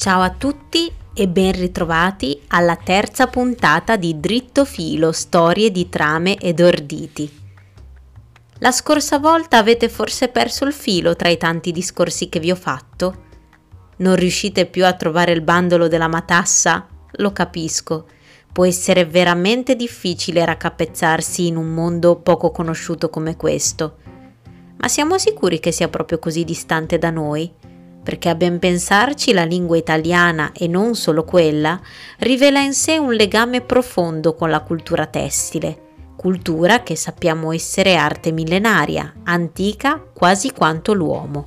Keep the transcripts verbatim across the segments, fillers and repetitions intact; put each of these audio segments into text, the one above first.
Ciao a tutti e ben ritrovati alla terza puntata di Dritto Filo, storie di trame ed orditi. La scorsa volta avete forse perso il filo tra i tanti discorsi che vi ho fatto? Non riuscite più a trovare il bandolo della matassa? Lo capisco, può essere veramente difficile raccapezzarsi in un mondo poco conosciuto come questo. Ma siamo sicuri che sia proprio così distante da noi? Perché a ben pensarci la lingua italiana, e non solo quella, rivela in sé un legame profondo con la cultura tessile, cultura che sappiamo essere arte millenaria, antica quasi quanto l'uomo.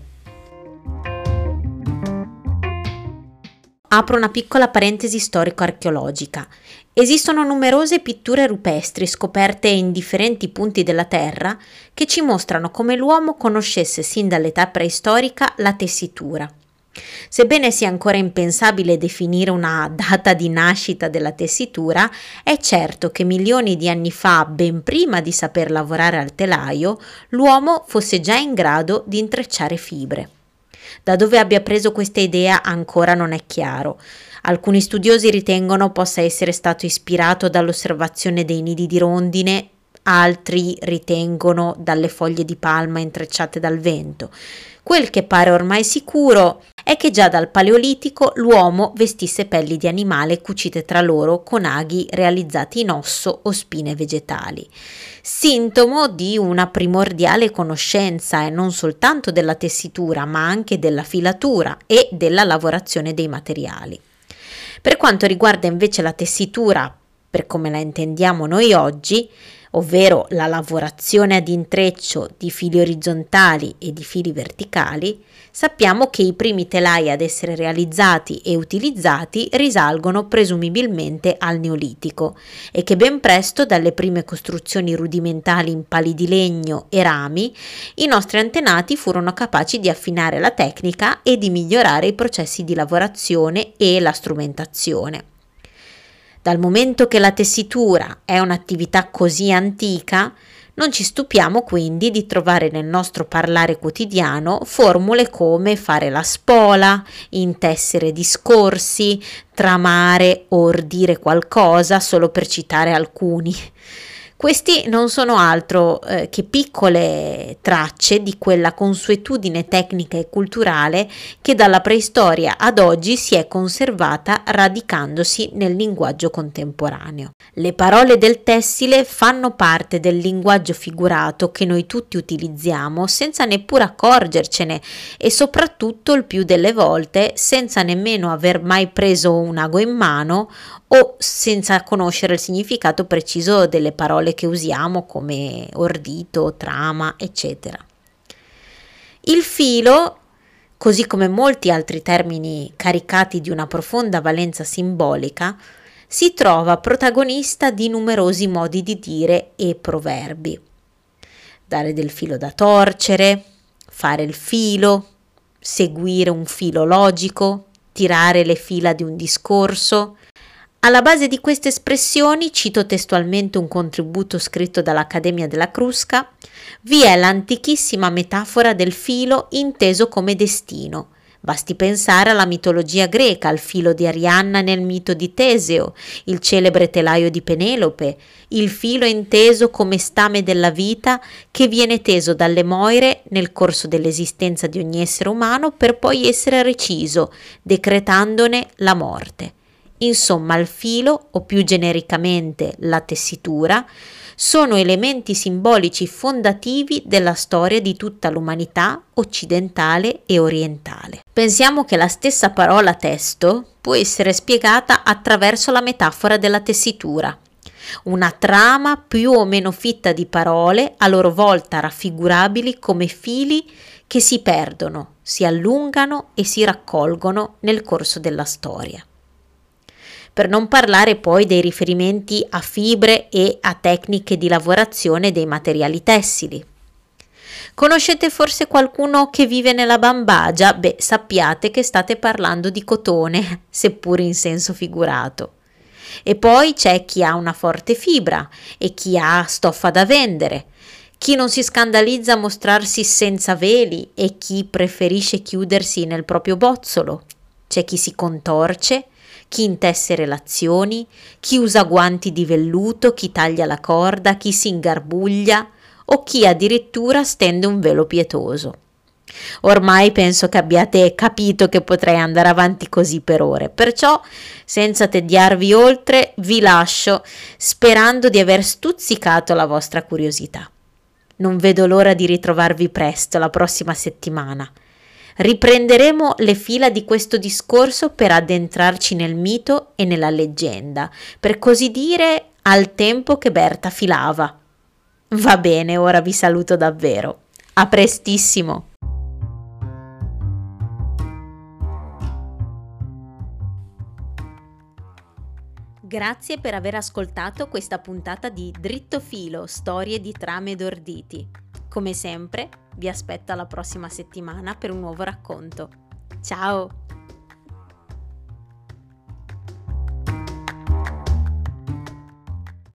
Apro una piccola parentesi storico-archeologica. Esistono numerose pitture rupestri scoperte in differenti punti della Terra che ci mostrano come l'uomo conoscesse sin dall'età preistorica la tessitura. Sebbene sia ancora impensabile definire una data di nascita della tessitura, è certo che milioni di anni fa, ben prima di saper lavorare al telaio, l'uomo fosse già in grado di intrecciare fibre. Da dove abbia preso questa idea ancora non è chiaro. Alcuni studiosi ritengono possa essere stato ispirato dall'osservazione dei nidi di rondine, altri ritengono dalle foglie di palma intrecciate dal vento. Quel che pare ormai sicuro è che già dal Paleolitico l'uomo vestisse pelli di animale cucite tra loro con aghi realizzati in osso o spine vegetali, sintomo di una primordiale conoscenza e non soltanto della tessitura ma anche della filatura e della lavorazione dei materiali. Per quanto riguarda invece la tessitura, per come la intendiamo noi oggi, ovvero la lavorazione ad intreccio di fili orizzontali e di fili verticali, sappiamo che i primi telai ad essere realizzati e utilizzati risalgono presumibilmente al Neolitico e che ben presto dalle prime costruzioni rudimentali in pali di legno e rami i nostri antenati furono capaci di affinare la tecnica e di migliorare i processi di lavorazione e la strumentazione. Dal momento che la tessitura è un'attività così antica, non ci stupiamo quindi di trovare nel nostro parlare quotidiano formule come fare la spola, intessere discorsi, tramare o ordire qualcosa, solo per citare alcuni. Questi non sono altro eh, che piccole tracce di quella consuetudine tecnica e culturale che dalla preistoria ad oggi si è conservata radicandosi nel linguaggio contemporaneo. Le parole del tessile fanno parte del linguaggio figurato che noi tutti utilizziamo senza neppure accorgercene e soprattutto il più delle volte senza nemmeno aver mai preso un ago in mano o senza conoscere il significato preciso delle parole che usiamo come ordito, trama, eccetera. Il filo, così come molti altri termini caricati di una profonda valenza simbolica, si trova protagonista di numerosi modi di dire e proverbi. Dare del filo da torcere, fare il filo, seguire un filo logico, tirare le fila di un discorso. Alla base di queste espressioni, cito testualmente un contributo scritto dall'Accademia della Crusca, vi è l'antichissima metafora del filo inteso come destino. Basti pensare alla mitologia greca, al filo di Arianna nel mito di Teseo, il celebre telaio di Penelope, il filo inteso come stame della vita che viene teso dalle Moire nel corso dell'esistenza di ogni essere umano per poi essere reciso, decretandone la morte. Insomma, il filo, o più genericamente la tessitura, sono elementi simbolici fondativi della storia di tutta l'umanità occidentale e orientale. Pensiamo che la stessa parola testo può essere spiegata attraverso la metafora della tessitura, una trama più o meno fitta di parole a loro volta raffigurabili come fili che si perdono, si allungano e si raccolgono nel corso della storia. Per non parlare poi dei riferimenti a fibre e a tecniche di lavorazione dei materiali tessili. Conoscete forse qualcuno che vive nella Bambagia? Beh, sappiate che state parlando di cotone, seppur in senso figurato. E poi c'è chi ha una forte fibra e chi ha stoffa da vendere, chi non si scandalizza a mostrarsi senza veli e chi preferisce chiudersi nel proprio bozzolo. C'è chi si contorce, chi intesse relazioni, chi usa guanti di velluto, chi taglia la corda, chi si ingarbuglia o chi addirittura stende un velo pietoso. Ormai penso che abbiate capito che potrei andare avanti così per ore, perciò, senza tediarvi oltre, vi lascio sperando di aver stuzzicato la vostra curiosità. Non vedo l'ora di ritrovarvi presto la prossima settimana. Riprenderemo le fila di questo discorso per addentrarci nel mito e nella leggenda, per così dire al tempo che Berta filava. Va bene, ora vi saluto davvero. A prestissimo! Grazie per aver ascoltato questa puntata di Dritto Filo, storie di trame ed orditi. Come sempre, vi aspetto alla prossima settimana per un nuovo racconto. Ciao!